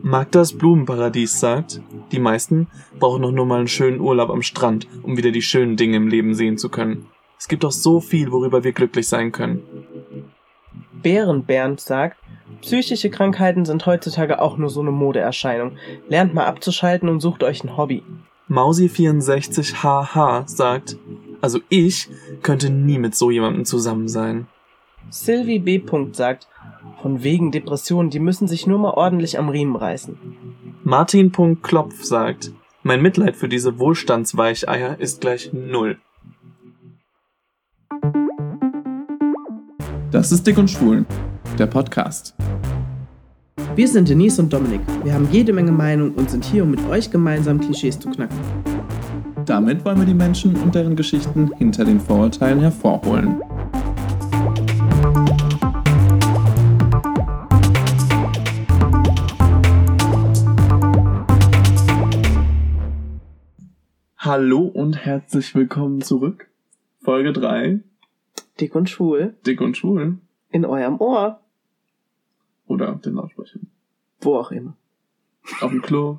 Magdas Blumenparadies sagt, die meisten brauchen doch nur mal einen schönen Urlaub am Strand, um wieder die schönen Dinge im Leben sehen zu können. Es gibt doch so viel, worüber wir glücklich sein können. Bärenbernd sagt, psychische Krankheiten sind heutzutage auch nur so eine Modeerscheinung. Lernt mal abzuschalten und sucht euch ein Hobby. Mausi64HH sagt, also ich könnte nie mit so jemandem zusammen sein. Sylvie B. sagt, von wegen Depressionen, die müssen sich nur mal ordentlich am Riemen reißen. Martin.Klopf sagt, mein Mitleid für diese Wohlstandsweicheier ist gleich 0. Das ist Dick und Schwul, der Podcast. Wir sind Denise und Dominik. Wir haben jede Menge Meinung und sind hier, um mit euch gemeinsam Klischees zu knacken. Damit wollen wir die Menschen und deren Geschichten hinter den Vorurteilen hervorholen. Hallo und herzlich willkommen zurück. Folge 3. Dick und Schwul. Dick und Schwul. In eurem Ohr. Oder auf den Lautsprechern. Wo auch immer. Auf dem Klo.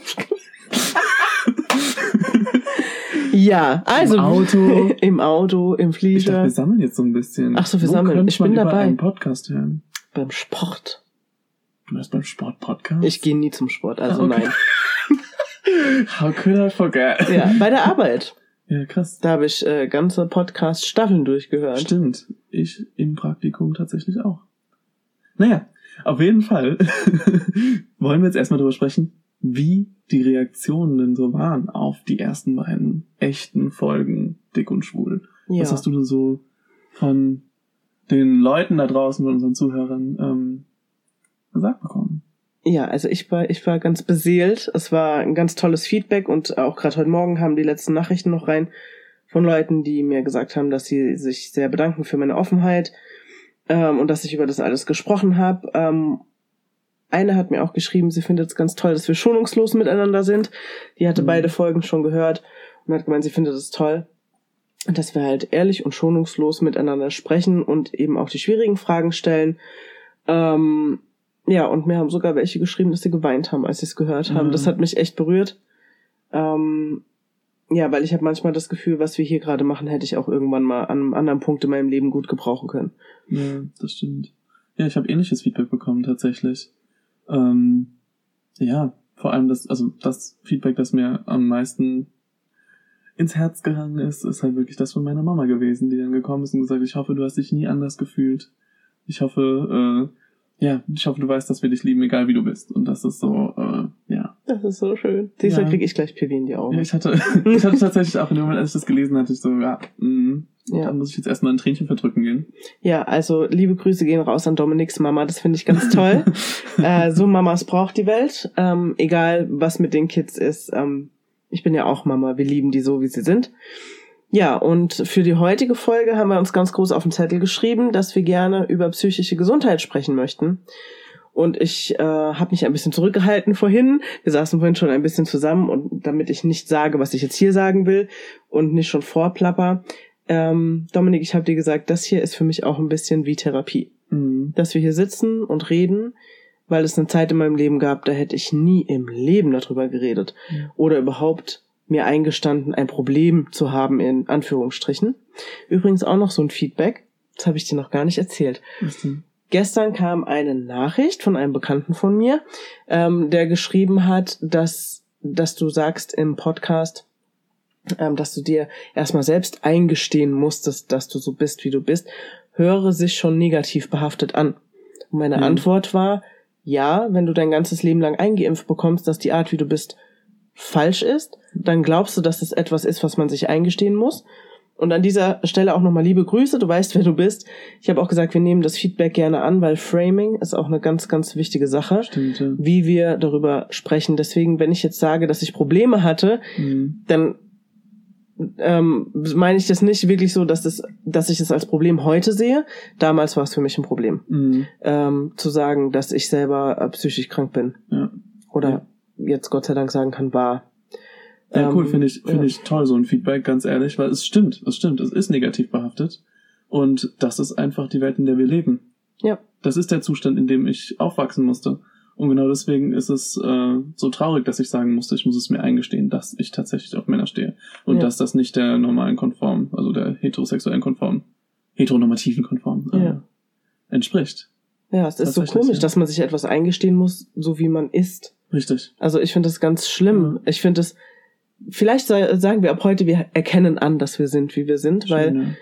Ja, also im Auto. Im Auto, im Flieger. Ich dachte, wir sammeln jetzt so ein bisschen. Ach so, wir sammeln. Ich bin dabei. Einen Podcast hören. Beim Sport. Du bist beim Sport-Podcast? Ich gehe nie zum Sport, also okay. Nein. How could I forget? Ja, bei der Arbeit. Ja, krass. Da habe ich ganze Podcast-Staffeln durchgehört. Stimmt. Ich im Praktikum tatsächlich auch. Naja, auf jeden Fall wollen wir jetzt erstmal darüber sprechen, wie die Reaktionen denn so waren auf die ersten beiden echten Folgen Dick und Schwul. Ja. Was hast du denn so von den Leuten da draußen, von unseren Zuhörern gesagt bekommen? Ja, also ich war ganz beseelt. Es war ein ganz tolles Feedback und auch gerade heute Morgen haben die letzten Nachrichten noch rein von Leuten, die mir gesagt haben, dass sie sich sehr bedanken für meine Offenheit und dass ich über das alles gesprochen habe. Eine hat mir auch geschrieben, sie findet es ganz toll, dass wir schonungslos miteinander sind. Die hatte beide Folgen schon gehört und hat gemeint, sie findet es toll, dass wir halt ehrlich und schonungslos miteinander sprechen und eben auch die schwierigen Fragen stellen. Ja, und mir haben sogar welche geschrieben, dass sie geweint haben, als sie es gehört haben. Das hat mich echt berührt. Ja, weil ich habe manchmal das Gefühl, was wir hier gerade machen, hätte ich auch irgendwann mal an einem anderen Punkt in meinem Leben gut gebrauchen können. Ja, das stimmt. Ja, ich habe ähnliches Feedback bekommen, tatsächlich. Ja, vor allem das Feedback, das mir am meisten ins Herz gegangen ist halt wirklich das von meiner Mama gewesen, die dann gekommen ist und gesagt, ich hoffe, du hast dich nie anders gefühlt. Ich hoffe, du weißt, dass wir dich lieben, egal wie du bist. Und das ist so, ja. Das ist so schön. Diesmal kriege ich gleich Pipi in die Augen. Ja, ich hatte tatsächlich auch in dem Moment, als ich das gelesen hatte, ich so, da muss ich jetzt erstmal ein Tränchen verdrücken gehen. Ja, also liebe Grüße gehen raus an Dominiks Mama, das finde ich ganz toll. So Mamas braucht die Welt, egal was mit den Kids ist. Ich bin ja auch Mama, wir lieben die so, wie sie sind. Ja, und für die heutige Folge haben wir uns ganz groß auf den Zettel geschrieben, dass wir gerne über psychische Gesundheit sprechen möchten. Und ich habe mich ein bisschen zurückgehalten vorhin. Wir saßen vorhin schon ein bisschen zusammen und damit ich nicht sage, was ich jetzt hier sagen will und nicht schon vorplapper. Dominik, ich habe dir gesagt, das hier ist für mich auch ein bisschen wie Therapie. Mhm. Dass wir hier sitzen und reden, weil es eine Zeit in meinem Leben gab, da hätte ich nie im Leben darüber geredet. Mhm. Oder überhaupt mir eingestanden, ein Problem zu haben, in Anführungsstrichen. Übrigens auch noch so ein Feedback, das habe ich dir noch gar nicht erzählt. Mhm. Gestern kam eine Nachricht von einem Bekannten von mir, der geschrieben hat, dass du sagst im Podcast, dass du dir erstmal selbst eingestehen musstest, dass du so bist, wie du bist, höre sich schon negativ behaftet an. Und meine Antwort war, ja, wenn du dein ganzes Leben lang eingeimpft bekommst, dass die Art, wie du bist, falsch ist, dann glaubst du, dass das etwas ist, was man sich eingestehen muss. Und an dieser Stelle auch nochmal liebe Grüße, du weißt, wer du bist. Ich habe auch gesagt, wir nehmen das Feedback gerne an, weil Framing ist auch eine ganz, ganz wichtige Sache, stimmt, ja. Wie wir darüber sprechen. Deswegen, wenn ich jetzt sage, dass ich Probleme hatte, dann meine ich das nicht wirklich so, dass ich es als Problem heute sehe. Damals war es für mich ein Problem, zu sagen, dass ich selber psychisch krank bin. Ja. Oder jetzt Gott sei Dank sagen kann, war. Ja, cool, finde ich toll, so ein Feedback, ganz ehrlich, weil es stimmt, es ist negativ behaftet und das ist einfach die Welt, in der wir leben. Ja. Das ist der Zustand, in dem ich aufwachsen musste Und genau deswegen ist es so traurig, dass ich sagen musste, ich muss es mir eingestehen, dass ich tatsächlich auf Männer stehe. Und dass das nicht der normalen Konform, also der heteronormativen Konform entspricht. Ja, es ist so komisch, dass man sich etwas eingestehen muss, so wie man ist. Richtig. Also ich finde das ganz schlimm. Ich finde es, vielleicht sagen wir ab heute, wir erkennen an, dass wir sind, wie wir sind, weil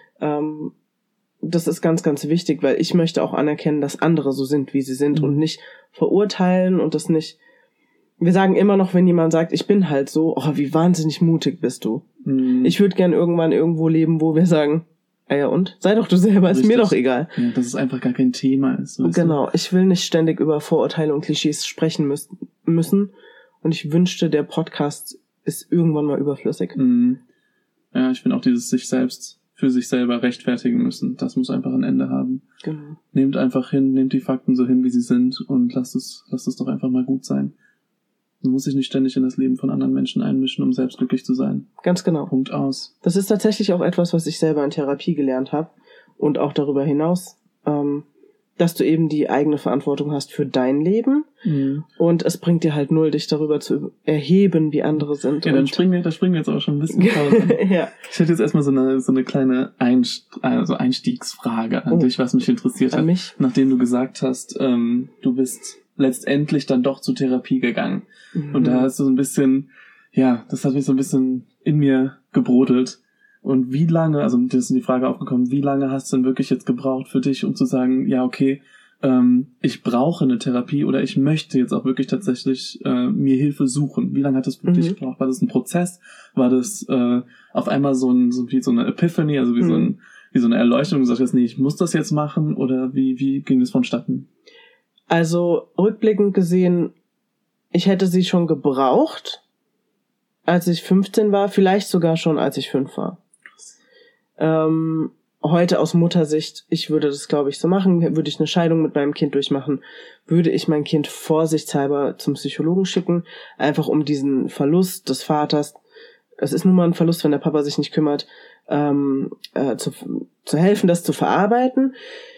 das ist ganz, ganz wichtig, weil ich möchte auch anerkennen, dass andere so sind, wie sie sind und nicht verurteilen und das nicht. Wir sagen immer noch, wenn jemand sagt, ich bin halt so, oh, wie wahnsinnig mutig bist du. Ich würde gern irgendwann irgendwo leben, wo wir sagen, ja und? Sei doch du selber, ist mir doch egal. Ja, dass es einfach gar kein Thema ist. Genau, ich will nicht ständig über Vorurteile und Klischees sprechen müssen und ich wünschte, der Podcast ist irgendwann mal überflüssig. Ja, ich finde auch dieses für sich selber rechtfertigen müssen. Das muss einfach ein Ende haben. Genau. Nehmt einfach hin, nehmt die Fakten so hin, wie sie sind und lasst es doch einfach mal gut sein. Man muss sich nicht ständig in das Leben von anderen Menschen einmischen, um selbst glücklich zu sein. Ganz genau. Punkt aus. Das ist tatsächlich auch etwas, was ich selber in Therapie gelernt habe und auch darüber hinaus, dass du eben die eigene Verantwortung hast für dein Leben und es bringt dir halt null, dich darüber zu erheben, wie andere sind. Ja, da springen wir jetzt aber schon ein bisschen raus. Ja. Ich hätte jetzt erstmal so eine kleine Einstiegsfrage an dich, was mich interessiert hat. Mich? Nachdem du gesagt hast, du bist letztendlich dann doch zur Therapie gegangen. Und da hast du so ein bisschen, das hat mich so ein bisschen in mir gebrodelt. Und wie lange, also das ist die Frage aufgekommen, wie lange hast du denn wirklich jetzt gebraucht für dich, um zu sagen, ja, okay, ich brauche eine Therapie oder ich möchte jetzt auch wirklich tatsächlich mir Hilfe suchen? Wie lange hat das für dich gebraucht? War das ein Prozess? War das auf einmal so eine Epiphany, also wie so eine Erleuchtung, du sagst, nee, ich muss das jetzt machen? Oder wie ging das vonstatten? Also rückblickend gesehen, ich hätte sie schon gebraucht, als ich 15 war, vielleicht sogar schon, als ich 5 war. Heute aus Muttersicht, ich würde das, glaube ich, so machen, würde ich eine Scheidung mit meinem Kind durchmachen, würde ich mein Kind vorsichtshalber zum Psychologen schicken, einfach um diesen Verlust des Vaters, es ist nun mal ein Verlust, wenn der Papa sich nicht kümmert, zu helfen, das zu verarbeiten.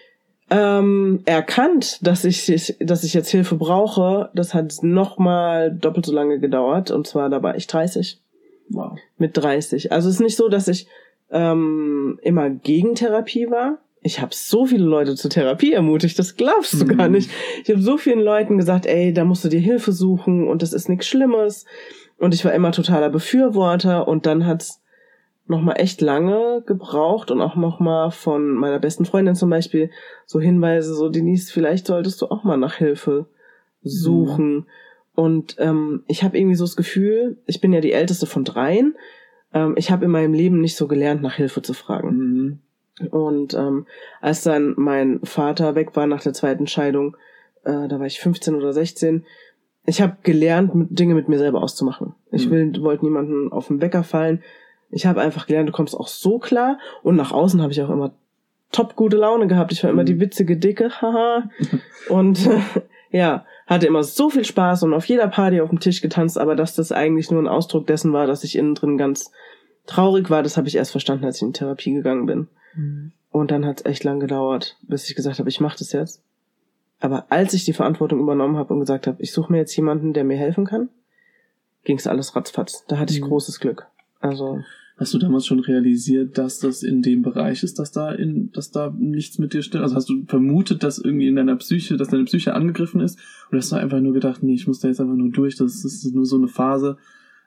Erkannt, dass ich jetzt Hilfe brauche, das hat nochmal doppelt so lange gedauert, und zwar da war ich 30. Wow. Mit 30. Also es ist nicht so, dass ich immer gegen Therapie war. Ich habe so viele Leute zur Therapie ermutigt, das glaubst du gar nicht. Ich habe so vielen Leuten gesagt, ey, da musst du dir Hilfe suchen und das ist nichts Schlimmes. Und ich war immer totaler Befürworter und dann hat's nochmal echt lange gebraucht und auch nochmal von meiner besten Freundin zum Beispiel so Hinweise, so Denise, vielleicht solltest du auch mal nach Hilfe suchen. Und ich habe irgendwie so das Gefühl, ich bin ja die älteste von 3, ich habe in meinem Leben nicht so gelernt, nach Hilfe zu fragen. Und als dann mein Vater weg war nach der zweiten Scheidung, da war ich 15 oder 16, ich habe gelernt, Dinge mit mir selber auszumachen. Ich wollte niemanden auf den Wecker fallen. Ich habe einfach gelernt, du kommst auch so klar. Und nach außen habe ich auch immer top gute Laune gehabt. Ich war immer die witzige Dicke, haha. Und hatte immer so viel Spaß und auf jeder Party auf dem Tisch getanzt. Aber dass das eigentlich nur ein Ausdruck dessen war, dass ich innen drin ganz traurig war, das habe ich erst verstanden, als ich in Therapie gegangen bin. Und dann hat es echt lang gedauert, bis ich gesagt habe, ich mache das jetzt. Aber als ich die Verantwortung übernommen habe und gesagt habe, ich suche mir jetzt jemanden, der mir helfen kann, ging es alles ratzfatz. Da hatte ich großes Glück. Also hast du damals schon realisiert, dass das in dem Bereich ist, dass da nichts mit dir stimmt? Also hast du vermutet, dass irgendwie in deine Psyche angegriffen ist? Oder hast du einfach nur gedacht, nee, ich muss da jetzt einfach nur durch, das ist nur so eine Phase?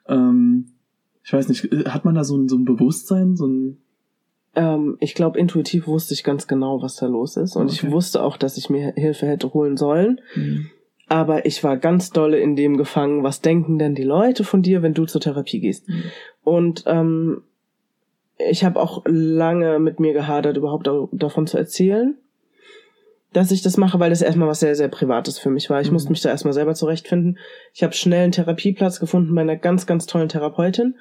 Ich weiß nicht, hat man da so ein Bewusstsein, ich glaube, intuitiv wusste ich ganz genau, was da los ist. Und ich wusste auch, dass ich mir Hilfe hätte holen sollen. Aber ich war ganz dolle in dem gefangen, was denken denn die Leute von dir, wenn du zur Therapie gehst? Und ich habe auch lange mit mir gehadert, überhaupt davon zu erzählen, dass ich das mache, weil das erstmal was sehr, sehr Privates für mich war. Ich musste mich da erstmal selber zurechtfinden. Ich habe schnell einen Therapieplatz gefunden bei einer ganz, ganz tollen Therapeutin.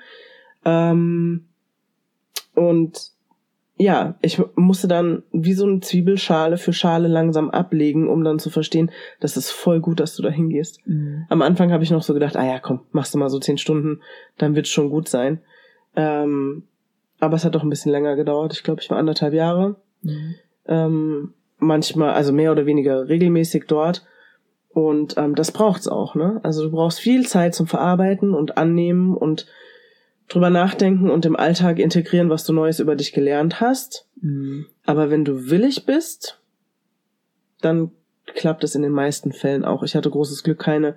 Und ja, ich musste dann wie so eine Zwiebelschale für Schale langsam ablegen, um dann zu verstehen, das ist voll gut, dass du da hingehst. Am Anfang habe ich noch so gedacht, komm, machst du mal so 10 Stunden, dann wird es schon gut sein. Aber es hat doch ein bisschen länger gedauert. Ich glaube, ich war 1,5 Jahre. Manchmal, also mehr oder weniger regelmäßig dort. Und das braucht's auch, ne? Also du brauchst viel Zeit zum Verarbeiten und Annehmen und drüber nachdenken und im Alltag integrieren, was du Neues über dich gelernt hast. Aber wenn du willig bist, dann klappt es in den meisten Fällen auch. Ich hatte großes Glück, keine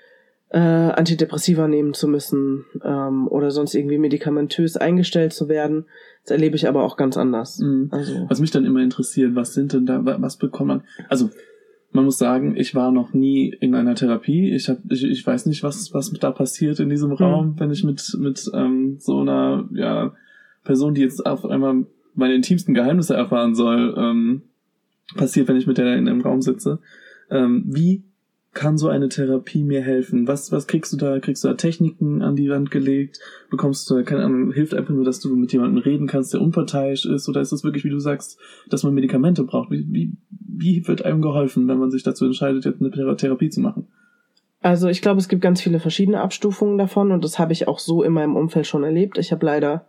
Antidepressiva nehmen zu müssen oder sonst irgendwie medikamentös eingestellt zu werden. Das erlebe ich aber auch ganz anders. Also, was mich dann immer interessiert, was sind denn da, was bekommt man? Also man muss sagen, ich war noch nie in einer Therapie. Ich weiß nicht, was da passiert in diesem Raum, wenn ich mit so einer Person, die jetzt auf einmal meine intimsten Geheimnisse erfahren soll, passiert, wenn ich mit der in einem Raum sitze. Wie kann so eine Therapie mir helfen? Was kriegst du da? Kriegst du da Techniken an die Wand gelegt? Bekommst du, keine Ahnung, hilft einfach nur, dass du mit jemandem reden kannst, der unparteiisch ist? Oder ist es wirklich, wie du sagst, dass man Medikamente braucht? Wie wird einem geholfen, wenn man sich dazu entscheidet, jetzt eine Therapie zu machen? Also ich glaube, es gibt ganz viele verschiedene Abstufungen davon und das habe ich auch so in meinem Umfeld schon erlebt. Ich habe leider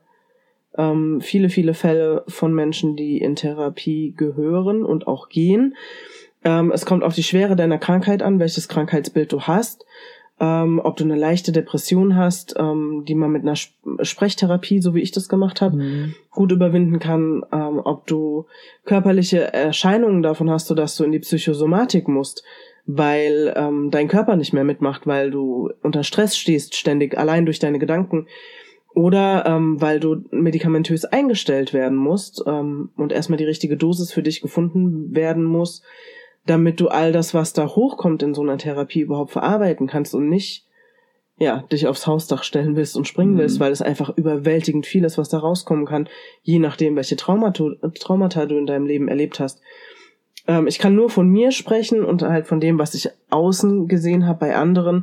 viele, viele Fälle von Menschen, die in Therapie gehören und auch gehen. Es kommt auf die Schwere deiner Krankheit an, welches Krankheitsbild du hast, ob du eine leichte Depression hast, die man mit einer Sprechtherapie, so wie ich das gemacht habe, gut überwinden kann, ob du körperliche Erscheinungen davon hast, sodass du in die Psychosomatik musst, weil dein Körper nicht mehr mitmacht, weil du unter Stress stehst ständig, allein durch deine Gedanken, oder weil du medikamentös eingestellt werden musst und erstmal die richtige Dosis für dich gefunden werden muss, damit du all das, was da hochkommt in so einer Therapie, überhaupt verarbeiten kannst und nicht dich aufs Hausdach stellen willst und springen willst, weil es einfach überwältigend viel ist, was da rauskommen kann, je nachdem, welche Traumata du in deinem Leben erlebt hast. Ich kann nur von mir sprechen und halt von dem, was ich außen gesehen habe bei anderen.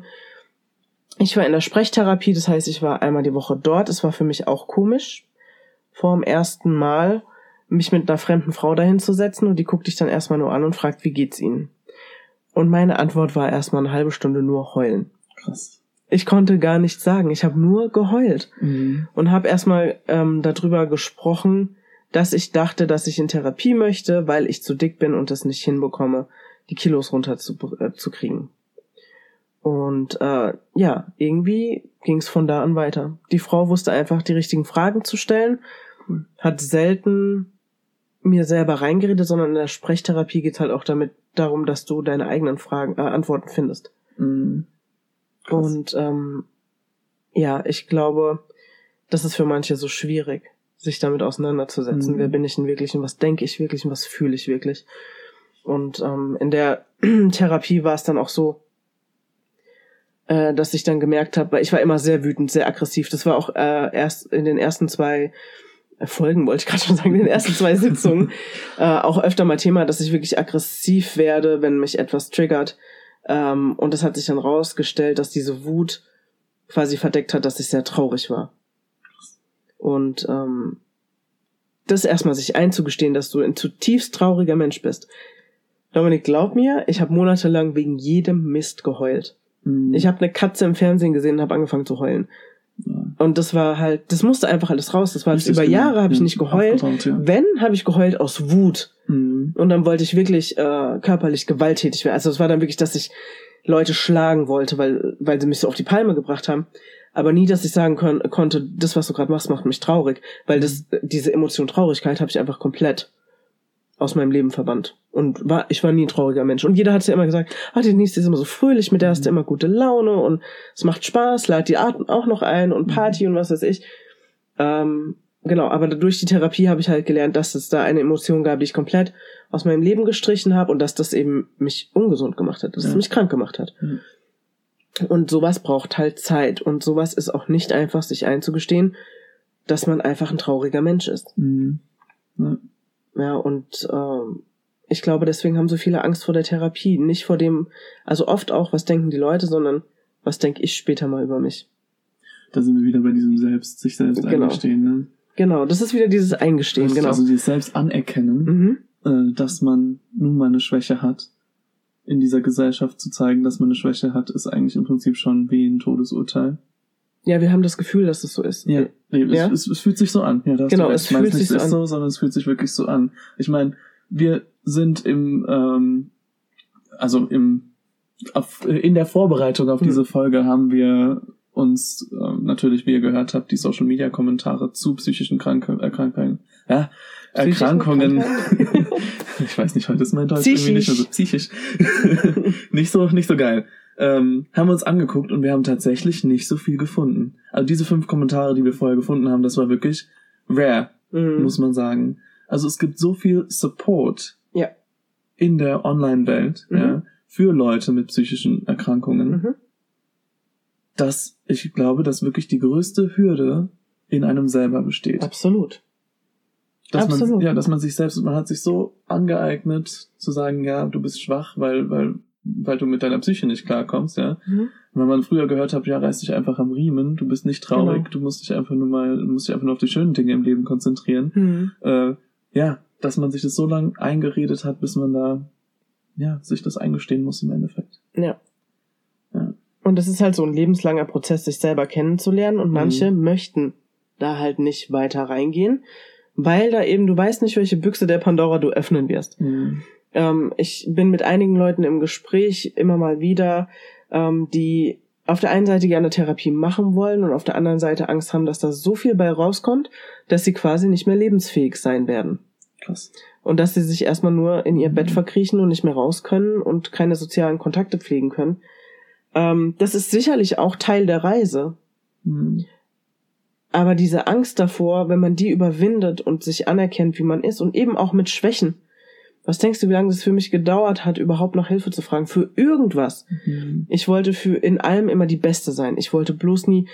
Ich war in der Sprechtherapie, das heißt, ich war einmal die Woche dort. Es war für mich auch komisch, vor dem ersten Mal mich mit einer fremden Frau dahin zu setzen und die guckt dich dann erstmal nur an und fragt, wie geht's Ihnen? Und meine Antwort war erstmal eine halbe Stunde nur heulen. Krass. Ich konnte gar nichts sagen, ich habe nur geheult und habe erstmal darüber gesprochen, dass ich dachte, dass ich in Therapie möchte, weil ich zu dick bin und es nicht hinbekomme, die Kilos runter zu kriegen. Und irgendwie ging es von da an weiter. Die Frau wusste einfach, die richtigen Fragen zu stellen, hat selten mir selber reingeredet, sondern in der Sprechtherapie geht es halt auch darum, dass du deine eigenen Antworten findest. Und ich glaube, das ist für manche so schwierig, sich damit auseinanderzusetzen. Wer bin ich denn wirklich und was denke ich wirklich und was fühle ich wirklich? Und in der Therapie war es dann auch so, dass ich dann gemerkt habe, weil ich war immer sehr wütend, sehr aggressiv. Das war auch erst in den ersten 2 Folgen, wollte ich gerade schon sagen, in den ersten 2 Sitzungen auch öfter mal Thema, dass ich wirklich aggressiv werde, wenn mich etwas triggert. Und es hat sich dann rausgestellt, dass diese Wut quasi verdeckt hat, dass ich sehr traurig war. Und das erstmal sich einzugestehen, dass du ein zutiefst trauriger Mensch bist. Dominik, glaub mir, ich habe monatelang wegen jedem Mist geheult. Ich habe eine Katze im Fernsehen gesehen und habe angefangen zu heulen. Und das war halt, das musste einfach alles raus. Das war alles über Jahre, habe ich nicht geheult. Wenn, habe ich geheult aus Wut. Und dann wollte ich wirklich körperlich gewalttätig werden. Also es war dann wirklich, dass ich Leute schlagen wollte, weil sie mich so auf die Palme gebracht haben. Aber nie, dass ich sagen konnte, das, was du gerade machst, macht mich traurig. Weil diese Emotion Traurigkeit habe ich einfach komplett aus meinem Leben verbannt. Und ich war nie ein trauriger Mensch. Und jeder hat ja immer gesagt, Denise ist immer so fröhlich, mit der hast du immer gute Laune und es macht Spaß, lad die Arten auch noch ein und Party und was weiß ich. Genau, aber durch die Therapie habe ich halt gelernt, dass es da eine Emotion gab, die ich komplett aus meinem Leben gestrichen habe und dass das eben mich ungesund gemacht hat, dass es mich krank gemacht hat. Und sowas braucht halt Zeit und sowas ist auch nicht einfach, sich einzugestehen, dass man einfach ein trauriger Mensch ist. Ja, und ich glaube, deswegen haben so viele Angst vor der Therapie. Nicht vor dem, also oft auch, was denken die Leute, sondern was denke ich später mal über mich. Da sind wir wieder bei diesem sich selbst eingestehen, ne? Genau, das ist wieder dieses Eingestehen, genau. Also dieses selbst anerkennen, dass man nun mal eine Schwäche hat. In dieser Gesellschaft zu zeigen, dass man eine Schwäche hat, ist eigentlich im Prinzip schon wie ein Todesurteil. Ja, wir haben das Gefühl, dass es so ist. Ja, es fühlt sich so an. Ja, das genau, es fühlt sich so an. So, sondern es fühlt sich wirklich so an. Ich meine, wir sind im in der Vorbereitung auf diese Folge haben wir uns natürlich, wie ihr gehört habt, die Social-Media-Kommentare zu psychischen Erkrankungen. Ich weiß nicht, heute ist mein Deutsch irgendwie nicht mehr so psychisch. nicht so geil. Haben wir uns angeguckt und wir haben tatsächlich nicht so viel gefunden. Also diese 5 Kommentare, die wir vorher gefunden haben, das war wirklich rare, muss man sagen. Also es gibt so viel Support in der Online-Welt für Leute mit psychischen Erkrankungen, dass ich glaube, dass wirklich die größte Hürde in einem selber besteht. Absolut. Dass man sich selbst, man hat sich so angeeignet zu sagen, ja, du bist schwach, weil du mit deiner Psyche nicht klarkommst, ja. Und wenn man früher gehört hat, ja, reiß dich einfach am Riemen, du bist nicht traurig, du musst dich einfach nur auf die schönen Dinge im Leben konzentrieren. Dass man sich das so lange eingeredet hat, bis man da, sich das eingestehen muss im Endeffekt. Ja. Und das ist halt so ein lebenslanger Prozess, sich selber kennenzulernen, und manche möchten da halt nicht weiter reingehen, weil da eben, du weißt nicht, welche Büchse der Pandora du öffnen wirst. Ich bin mit einigen Leuten im Gespräch, immer mal wieder, die auf der einen Seite gerne Therapie machen wollen und auf der anderen Seite Angst haben, dass da so viel bei rauskommt, dass sie quasi nicht mehr lebensfähig sein werden. Krass. Und dass sie sich erstmal nur in ihr Bett verkriechen und nicht mehr raus können und keine sozialen Kontakte pflegen können. Das ist sicherlich auch Teil der Reise. Aber diese Angst davor, wenn man die überwindet und sich anerkennt, wie man ist, und eben auch mit Schwächen. Was denkst du, wie lange es für mich gedauert hat, überhaupt nach Hilfe zu fragen? Für irgendwas. Ich wollte in allem immer die Beste sein. Ich wollte bloß nie,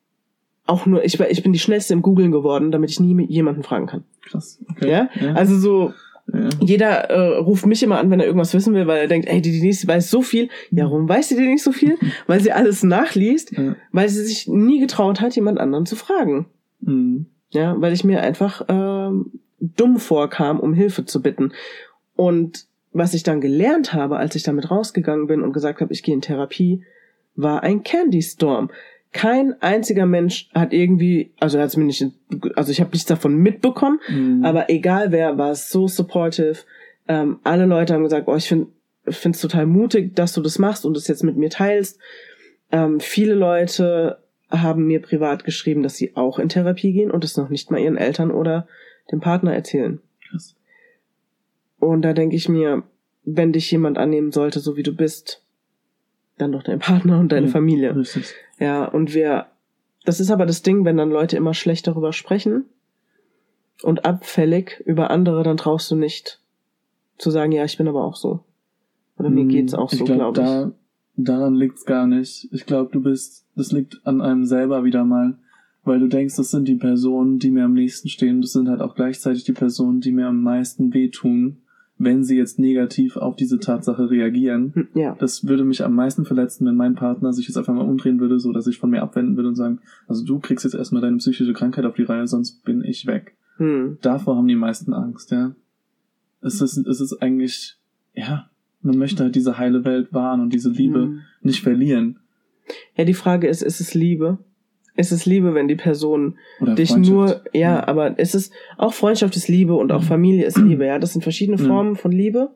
ich bin die Schnellste im Googlen geworden, damit ich nie jemanden fragen kann. Krass. Okay. Ja? Also so, jeder ruft mich immer an, wenn er irgendwas wissen will, weil er denkt, ey, die Denise weiß so viel. Ja, warum weiß sie denn nicht so viel? Weil sie alles nachliest, weil sie sich nie getraut hat, jemand anderen zu fragen. Ja, weil ich mir einfach dumm vorkam, um Hilfe zu bitten. Und was ich dann gelernt habe, als ich damit rausgegangen bin und gesagt habe, ich gehe in Therapie, war ein Candy Storm. Kein einziger Mensch hat irgendwie, ich habe nichts davon mitbekommen, aber egal wer, war es so supportive. Alle Leute haben gesagt, ich finde es total mutig, dass du das machst und das jetzt mit mir teilst. Viele Leute haben mir privat geschrieben, dass sie auch in Therapie gehen und es noch nicht mal ihren Eltern oder dem Partner erzählen. Krass. Und da denke ich mir, wenn dich jemand annehmen sollte, so wie du bist, dann doch dein Partner und deine Familie. Richtig. Ja, und das ist aber das Ding, wenn dann Leute immer schlecht darüber sprechen und abfällig über andere, dann traust du nicht zu sagen, ja, ich bin aber auch so. Oder mir geht's auch so, glaube ich. Daran liegt's gar nicht. Ich glaube, das liegt an einem selber wieder mal, weil du denkst, das sind die Personen, die mir am nächsten stehen. Das sind halt auch gleichzeitig die Personen, die mir am meisten wehtun, wenn sie jetzt negativ auf diese Tatsache reagieren. Ja. Das würde mich am meisten verletzen, wenn mein Partner sich jetzt einfach mal umdrehen würde, so dass ich von mir abwenden würde und sagen, also du kriegst jetzt erstmal deine psychische Krankheit auf die Reihe, sonst bin ich weg. Davor haben die meisten Angst, ja. Es ist eigentlich, man möchte halt diese heile Welt wahren und diese Liebe nicht verlieren. Ja, die Frage ist es Liebe? Ist es Liebe, wenn die Person oder dich nur, aber ist es auch Freundschaft ist Liebe und auch Familie ist Liebe, ja, das sind verschiedene Formen von Liebe,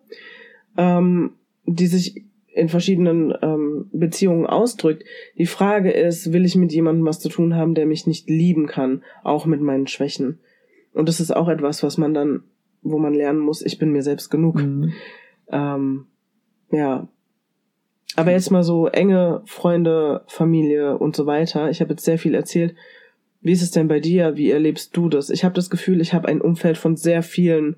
die sich in verschiedenen Beziehungen ausdrückt. Die Frage ist, will ich mit jemandem was zu tun haben, der mich nicht lieben kann, auch mit meinen Schwächen? Und das ist auch etwas, wo man lernen muss, ich bin mir selbst genug. Aber jetzt mal so enge Freunde, Familie und so weiter. Ich habe jetzt sehr viel erzählt. Wie ist es denn bei dir? Wie erlebst du das? Ich habe das Gefühl, ich habe ein Umfeld von sehr vielen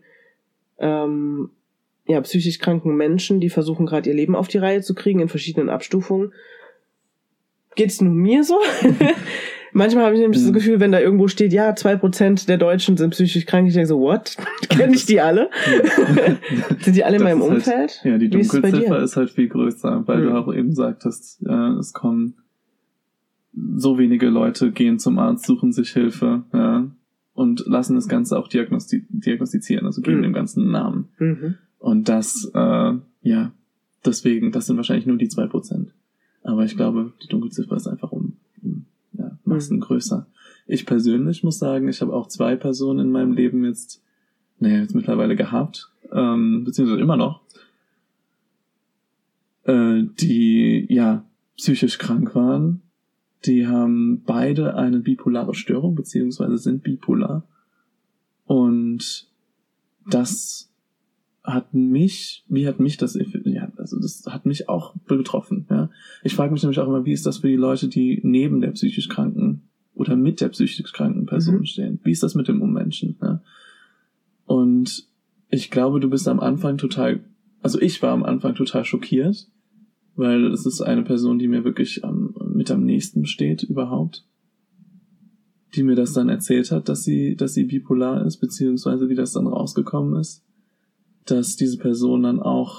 psychisch kranken Menschen, die versuchen gerade ihr Leben auf die Reihe zu kriegen in verschiedenen Abstufungen. Geht's nur mir so? Manchmal habe ich nämlich das Gefühl, wenn da irgendwo steht, 2% der Deutschen sind psychisch krank, ich denke so, what? Kenne ich die alle? Sind die alle in meinem Umfeld? Halt, die Dunkelziffer ist halt viel größer, weil du auch eben sagtest, es kommen so wenige Leute, gehen zum Arzt, suchen sich Hilfe, und lassen das Ganze auch diagnostizieren, also geben dem Ganzen einen Namen. Und das, deswegen, das sind wahrscheinlich nur die 2%. Aber ich glaube, die Dunkelziffer ist einfach Massen größer. Ich persönlich muss sagen, ich habe auch 2 Personen in meinem Leben jetzt mittlerweile gehabt, beziehungsweise immer noch, die ja psychisch krank waren. Die haben beide eine bipolare Störung, beziehungsweise sind bipolar. Und das hat mich das hat mich auch betroffen, ja. Ich frage mich nämlich auch immer, wie ist das für die Leute, die neben der psychisch kranken oder mit der psychisch kranken Person stehen? Wie ist das mit dem Ummenschen, ja? Und ich glaube, du bist am Anfang ich war am Anfang total schockiert, weil es ist eine Person, die mir wirklich mit am nächsten steht überhaupt, die mir das dann erzählt hat, dass sie bipolar ist, beziehungsweise wie das dann rausgekommen ist, dass diese Person dann auch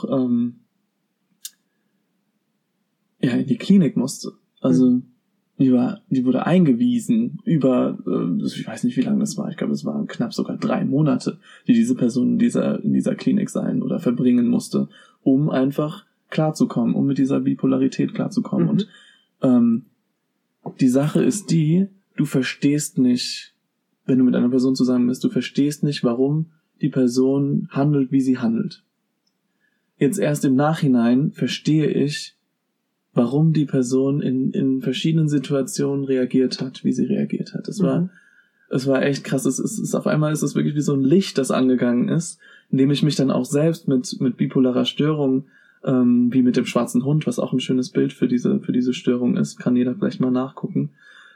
in die Klinik musste. Also die wurde eingewiesen über, ich weiß nicht, wie lange das war, ich glaube, es waren knapp sogar 3 Monate, die diese Person in dieser Klinik sein oder verbringen musste, um einfach klarzukommen, um mit dieser Bipolarität klarzukommen. Und die Sache ist du verstehst nicht, wenn du mit einer Person zusammen bist, du verstehst nicht, warum die Person handelt, wie sie handelt. Jetzt erst im Nachhinein verstehe ich, warum die Person in verschiedenen Situationen reagiert hat, wie sie reagiert hat. Es war echt krass. Auf einmal ist es wirklich wie so ein Licht, das angegangen ist, indem ich mich dann auch selbst mit bipolarer Störung, wie mit dem schwarzen Hund, was auch ein schönes Bild für diese Störung ist, kann jeder vielleicht mal nachgucken,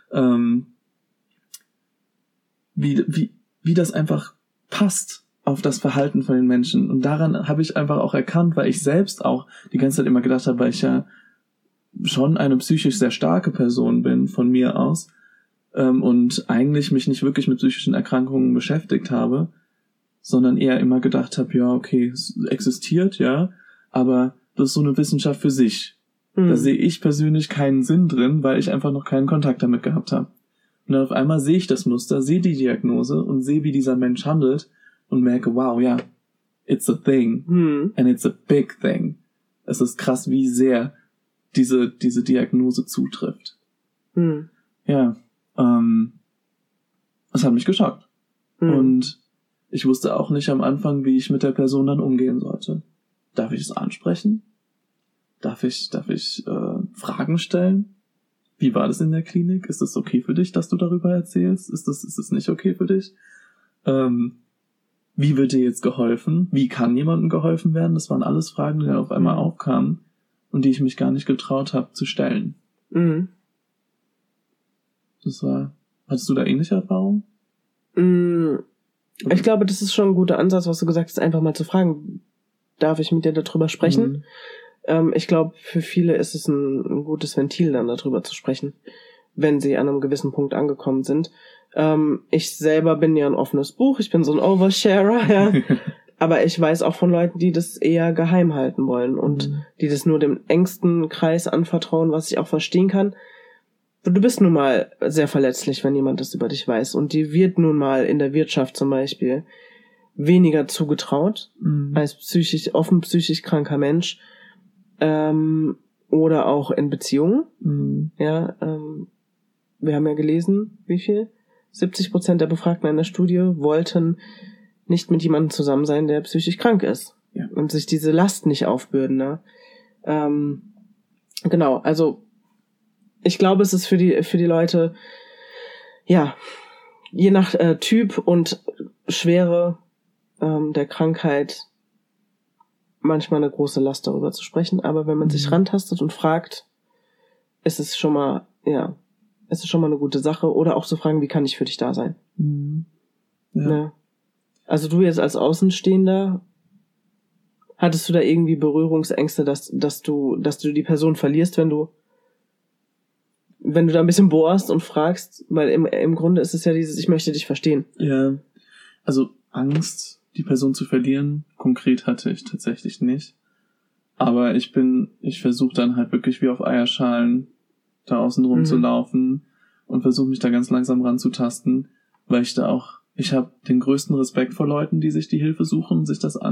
wie das einfach passt auf das Verhalten von den Menschen. Und daran habe ich einfach auch erkannt, weil ich selbst auch die ganze Zeit immer gedacht habe, weil ich ja schon eine psychisch sehr starke Person bin von mir aus, und eigentlich mich nicht wirklich mit psychischen Erkrankungen beschäftigt habe, sondern eher immer gedacht habe, ja, okay, es existiert, ja, aber das ist so eine Wissenschaft für sich. Da sehe ich persönlich keinen Sinn drin, weil ich einfach noch keinen Kontakt damit gehabt habe. Und dann auf einmal sehe ich das Muster, sehe die Diagnose und sehe, wie dieser Mensch handelt und merke, wow, ja, it's a thing. And it's a big thing. Es ist krass, wie sehr diese Diagnose zutrifft. Ja, es hat mich geschockt. Und ich wusste auch nicht am Anfang, wie ich mit der Person dann umgehen sollte. Darf ich es ansprechen? Darf ich Fragen stellen? Wie war das in der Klinik? Ist es okay für dich, dass du darüber erzählst? Ist es nicht okay für dich? Wie wird dir jetzt geholfen? Wie kann jemandem geholfen werden? Das waren alles Fragen, die dann auf einmal aufkamen und die ich mich gar nicht getraut habe zu stellen. Hattest du da ähnliche Erfahrungen? Ich glaube, das ist schon ein guter Ansatz, was du gesagt hast, einfach mal zu fragen, darf ich mit dir darüber sprechen? Ich glaube, für viele ist es ein gutes Ventil, dann darüber zu sprechen, wenn sie an einem gewissen Punkt angekommen sind. Ich selber bin ja ein offenes Buch, ich bin so ein Oversharer, ja. Aber ich weiß auch von Leuten, die das eher geheim halten wollen und die das nur dem engsten Kreis anvertrauen, was ich auch verstehen kann. Du bist nun mal sehr verletzlich, wenn jemand das über dich weiß. Und dir wird nun mal in der Wirtschaft zum Beispiel weniger zugetraut als offen psychisch kranker Mensch. Oder auch in Beziehungen. Ja, wir haben ja gelesen, wie viel? 70% der Befragten in der Studie wollten nicht mit jemandem zusammen sein, der psychisch krank ist. Ja. Und sich diese Last nicht aufbürden. Ne? Genau, also ich glaube, es ist für die Leute, ja, je nach Typ und Schwere der Krankheit manchmal eine große Last, darüber zu sprechen. Aber wenn man sich rantastet und fragt, ist es schon mal eine gute Sache. Oder auch zu fragen, wie kann ich für dich da sein? Ja. Ne? Also du jetzt als Außenstehender, hattest du da irgendwie Berührungsängste, dass du die Person verlierst, wenn du da ein bisschen bohrst und fragst? Weil im Grunde ist es ja dieses, ich möchte dich verstehen. Ja, also Angst, die Person zu verlieren, konkret hatte ich tatsächlich nicht. Aber ich versuche dann halt wirklich wie auf Eierschalen da außen rum zu laufen und versuche mich da ganz langsam ranzutasten, weil ich habe den größten Respekt vor Leuten, die sich die Hilfe suchen, sich das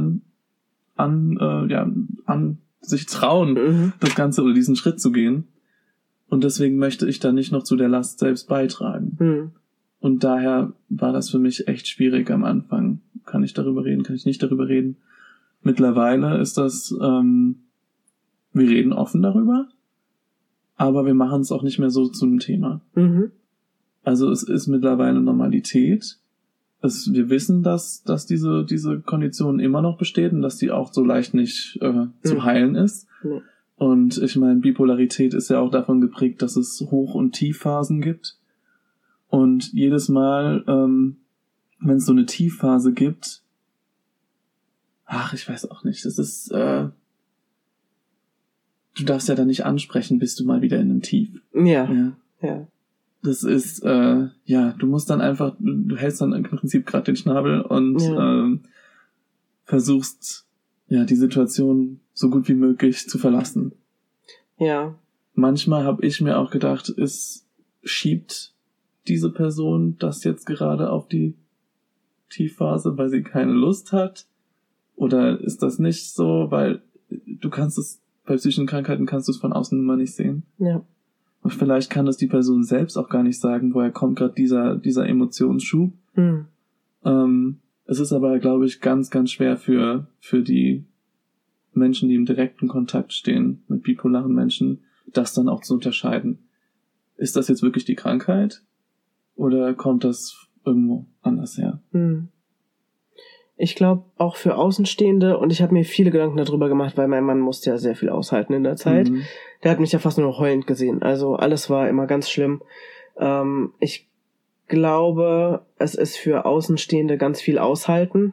sich trauen, das Ganze oder diesen Schritt zu gehen. Und deswegen möchte ich da nicht noch zu der Last selbst beitragen. Und daher war das für mich echt schwierig am Anfang. Kann ich darüber reden? Kann ich nicht darüber reden? Mittlerweile ist das wir reden offen darüber, aber wir machen es auch nicht mehr so zu einem Thema. Mhm. Also es ist mittlerweile Normalität. Wir wissen, dass diese Kondition immer noch besteht und dass die auch so leicht nicht zu heilen ist. Nee. Und ich meine, Bipolarität ist ja auch davon geprägt, dass es Hoch- und Tiefphasen gibt. Und jedes Mal, wenn es so eine Tiefphase gibt, ich weiß auch nicht, das ist, du darfst ja dann nicht ansprechen, bist du mal wieder in einem Tief. Ja. Das ist, du musst dann einfach, du hältst dann im Prinzip gerade den Schnabel und versuchst, die Situation so gut wie möglich zu verlassen. Ja. Manchmal habe ich mir auch gedacht, es schiebt diese Person das jetzt gerade auf die Tiefphase, weil sie keine Lust hat? Oder ist das nicht so, weil du kannst es, bei psychischen Krankheiten kannst du es von außen immer nicht sehen. Ja. Und vielleicht kann das die Person selbst auch gar nicht sagen, woher kommt gerade dieser Emotionsschub. Es ist aber, glaube ich, ganz, ganz schwer für die Menschen, die im direkten Kontakt stehen mit bipolaren Menschen, das dann auch zu unterscheiden. Ist das jetzt wirklich die Krankheit? Oder kommt das irgendwo anders her? Ich glaube, auch für Außenstehende, und ich habe mir viele Gedanken darüber gemacht, weil mein Mann musste ja sehr viel aushalten in der Zeit. Der hat mich ja fast nur noch heulend gesehen. Also alles war immer ganz schlimm. Ich glaube, es ist für Außenstehende ganz viel aushalten.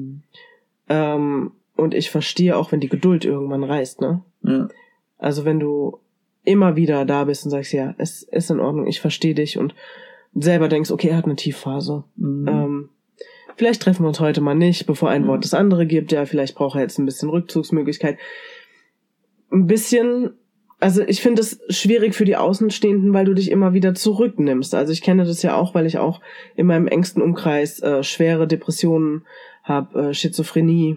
Und ich verstehe auch, wenn die Geduld irgendwann reißt, ne? Ja. Also wenn du immer wieder da bist und sagst, ja, es ist in Ordnung, ich verstehe dich und selber denkst, okay, er hat eine Tiefphase. Vielleicht treffen wir uns heute mal nicht, bevor ein Wort das andere gibt. Ja, vielleicht braucht er jetzt ein bisschen Rückzugsmöglichkeit. Ein bisschen, also ich finde es schwierig für die Außenstehenden, weil du dich immer wieder zurücknimmst. Also ich kenne das ja auch, weil ich auch in meinem engsten Umkreis schwere Depressionen habe, Schizophrenie,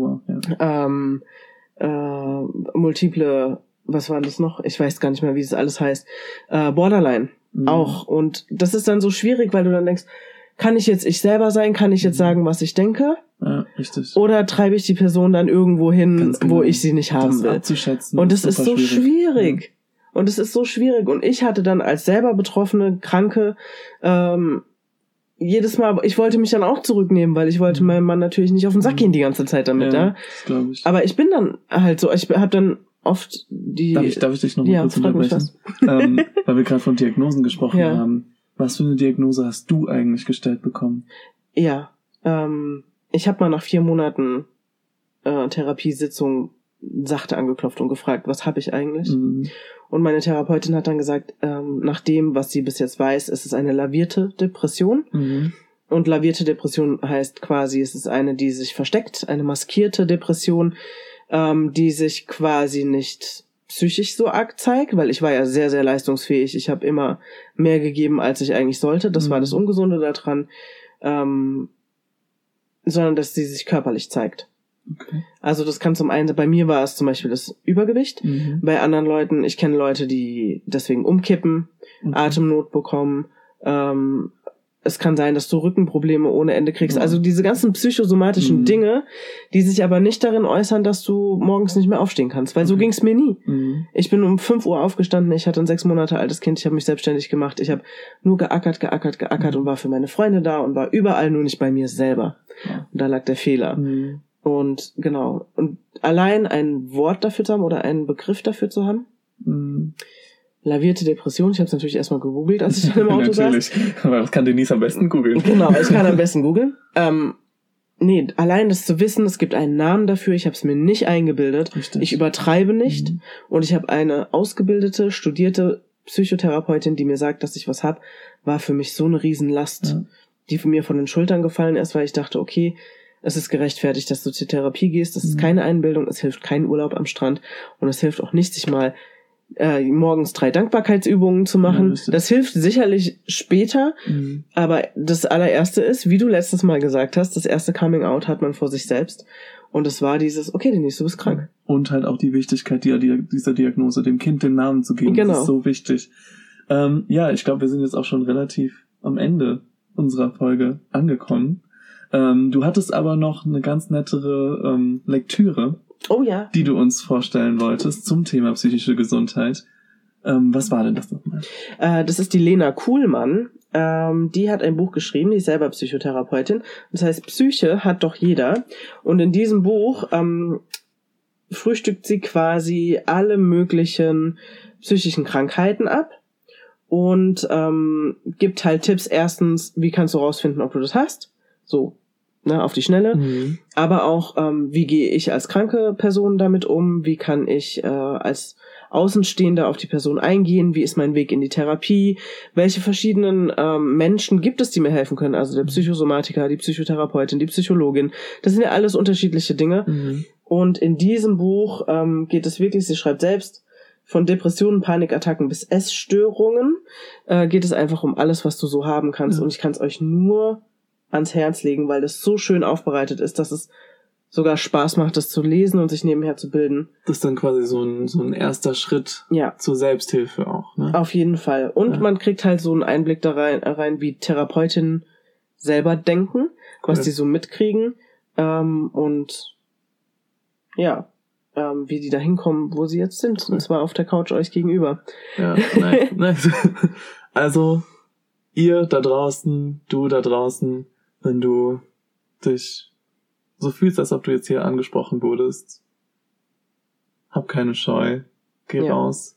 multiple, was war das noch? Ich weiß gar nicht mehr, wie es alles heißt. Borderline auch. Und das ist dann so schwierig, weil du dann denkst, kann ich jetzt ich selber sein? Kann ich jetzt sagen, was ich denke? Ja, richtig. Oder treibe ich die Person dann irgendwo hin, Genau. wo ich sie nicht haben will? Abzuschätzen. Und das ist so schwierig. Ja. Und es ist so schwierig. Und ich hatte dann als selber betroffene Kranke jedes Mal, ich wollte mich dann auch zurücknehmen, weil ich wollte meinem Mann natürlich nicht auf den Sack gehen die ganze Zeit damit. Ja, das glaube ich. Aber ich bin dann halt so, ich habe dann oft die... Darf ich dich noch mal kurz unterbrechen? Weil wir gerade von Diagnosen gesprochen haben. Was für eine Diagnose hast du eigentlich gestellt bekommen? Ja, ich habe mal nach 4 Monaten Therapiesitzung sachte angeklopft und gefragt, was habe ich eigentlich? Und meine Therapeutin hat dann gesagt, nach dem, was sie bis jetzt weiß, ist es eine lavierte Depression. Und lavierte Depression heißt quasi, es ist eine, die sich versteckt, eine maskierte Depression, die sich quasi nicht psychisch so arg zeigt, weil ich war ja sehr, sehr leistungsfähig. Ich habe immer mehr gegeben, als ich eigentlich sollte. Das war das Ungesunde daran. Sondern, dass sie sich körperlich zeigt. Okay. Also das kann zum einen, bei mir war es zum Beispiel das Übergewicht. Bei anderen Leuten, ich kenne Leute, die deswegen umkippen, Atemnot bekommen. Es kann sein, dass du Rückenprobleme ohne Ende kriegst. Also diese ganzen psychosomatischen Dinge, die sich aber nicht darin äußern, dass du morgens nicht mehr aufstehen kannst. Weil so ging's mir nie. Ich bin um 5 Uhr aufgestanden, ich hatte ein 6 Monate altes Kind, ich habe mich selbstständig gemacht. Ich habe nur geackert und war für meine Freunde da und war überall, nur nicht bei mir selber. Und da lag der Fehler. Und genau. Und allein ein Wort dafür zu haben oder einen Begriff dafür zu haben. Lavierte Depression, ich habe es natürlich erstmal gegoogelt, als ich dann im Auto saß. Aber das kann Denise am besten googeln. Genau, ich kann am besten googeln. Allein das zu wissen, es gibt einen Namen dafür, ich habe es mir nicht eingebildet. Richtig. Ich übertreibe nicht. Und ich habe eine ausgebildete, studierte Psychotherapeutin, die mir sagt, dass ich was habe, war für mich so eine Riesenlast, die mir von den Schultern gefallen ist, weil ich dachte, okay, es ist gerechtfertigt, dass du zur Therapie gehst, das ist keine Einbildung, es hilft kein Urlaub am Strand und es hilft auch nicht, sich mal morgens 3 Dankbarkeitsübungen zu machen. Ja, das hilft sicherlich später, aber das allererste ist, wie du letztes Mal gesagt hast, das erste Coming Out hat man vor sich selbst und es war dieses, okay, Denise, du bist krank. Und halt auch die Wichtigkeit dieser Diagnose, dem Kind den Namen zu geben, das ist so wichtig. Ich glaube, wir sind jetzt auch schon relativ am Ende unserer Folge angekommen. Du hattest aber noch eine ganz nettere Lektüre Oh ja. die du uns vorstellen wolltest zum Thema psychische Gesundheit. Was war denn das nochmal? Das ist die Lena Kuhlmann. Die hat ein Buch geschrieben, die ist selber Psychotherapeutin. Das heißt, Psyche hat doch jeder. Und in diesem Buch frühstückt sie quasi alle möglichen psychischen Krankheiten ab und gibt halt Tipps. Erstens, wie kannst du rausfinden, ob du das hast? So, ne, auf die Schnelle. Aber auch, wie gehe ich als kranke Person damit um? Wie kann ich als Außenstehender auf die Person eingehen? Wie ist mein Weg in die Therapie? Welche verschiedenen Menschen gibt es, die mir helfen können? Also der Psychosomatiker, die Psychotherapeutin, die Psychologin. Das sind ja alles unterschiedliche Dinge. Und in diesem Buch geht es wirklich, sie schreibt selbst, von Depressionen, Panikattacken bis Essstörungen geht es einfach um alles, was du so haben kannst. Und ich kann es euch nur ans Herz legen, weil das so schön aufbereitet ist, dass es sogar Spaß macht, das zu lesen und sich nebenher zu bilden. Das ist dann quasi so ein erster Schritt zur Selbsthilfe auch, ne? Auf jeden Fall. Und man kriegt halt so einen Einblick da rein, wie Therapeutinnen selber denken, was die so mitkriegen, und wie die da hinkommen, wo sie jetzt sind. Und zwar auf der Couch euch gegenüber. Ja, nice. Also, ihr da draußen, du da draußen, wenn du dich so fühlst, als ob du jetzt hier angesprochen wurdest, hab keine Scheu, geh raus.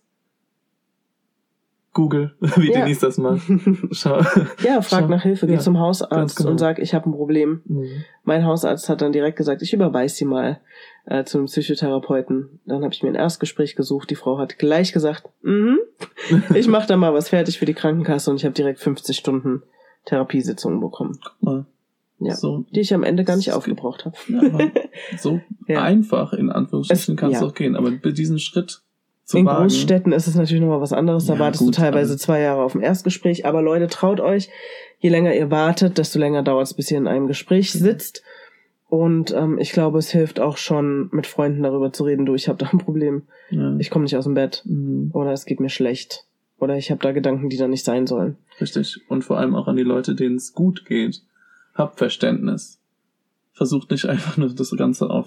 Google, wie Denise das macht. Schau. Ja, frag nach Hilfe, geh zum Hausarzt genau. und sag, ich habe ein Problem. Mein Hausarzt hat dann direkt gesagt, ich überweise sie mal zu einem Psychotherapeuten. Dann habe ich mir ein Erstgespräch gesucht. Die Frau hat gleich gesagt, ich mache da mal was fertig für die Krankenkasse, und ich habe direkt 50 Stunden Therapiesitzungen bekommen. Guck mal. Ja, So, die ich am Ende gar nicht aufgebraucht habe. Ja, aber so einfach, in Anführungsstrichen, kann es doch gehen. Aber diesen Schritt zu in wagen. Großstädten ist es natürlich nochmal was anderes. Da wartest du teilweise 2 Jahre auf ein Erstgespräch. Aber Leute, traut euch. Je länger ihr wartet, desto länger dauert es, bis ihr in einem Gespräch sitzt. Und ich glaube, es hilft auch schon, mit Freunden darüber zu reden. Du, ich habe da ein Problem. Ja. Ich komme nicht aus dem Bett. Oder es geht mir schlecht. Oder ich habe da Gedanken, die da nicht sein sollen. Richtig. Und vor allem auch an die Leute, denen es gut geht. Habt Verständnis. Versucht nicht einfach nur das Ganze auf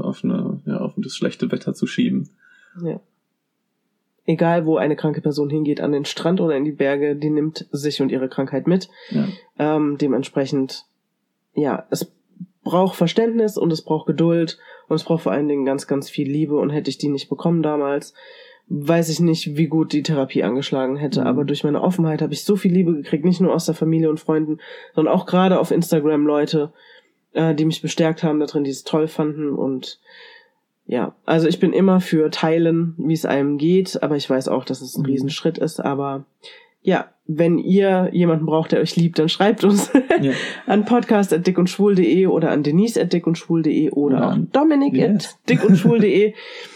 das schlechte Wetter zu schieben. Ja. Egal, wo eine kranke Person hingeht, an den Strand oder in die Berge, die nimmt sich und ihre Krankheit mit. Ja. Dementsprechend, es braucht Verständnis und es braucht Geduld und es braucht vor allen Dingen ganz, ganz viel Liebe. Und hätte ich die nicht bekommen damals, weiß ich nicht, wie gut die Therapie angeschlagen hätte. Aber durch meine Offenheit habe ich so viel Liebe gekriegt, nicht nur aus der Familie und Freunden, sondern auch gerade auf Instagram Leute, die mich bestärkt haben da drin, die es toll fanden. Und also ich bin immer für Teilen, wie es einem geht, aber ich weiß auch, dass es ein Riesenschritt ist. Aber wenn ihr jemanden braucht, der euch liebt, dann schreibt uns an podcast@dickundschwul.de oder an denise@dickundschwul.de oder an dominik@dickundschwul.de.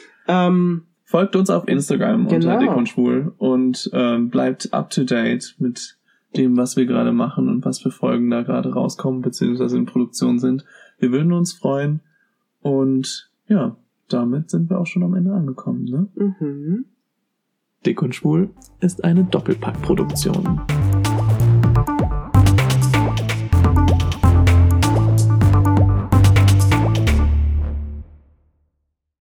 Folgt uns auf Instagram unter Dick und Schwul und bleibt up to date mit dem, was wir gerade machen und was für Folgen da gerade rauskommen, beziehungsweise in Produktion sind. Wir würden uns freuen und damit sind wir auch schon am Ende angekommen, ne? Dick und Schwul ist eine Doppelpack-Produktion.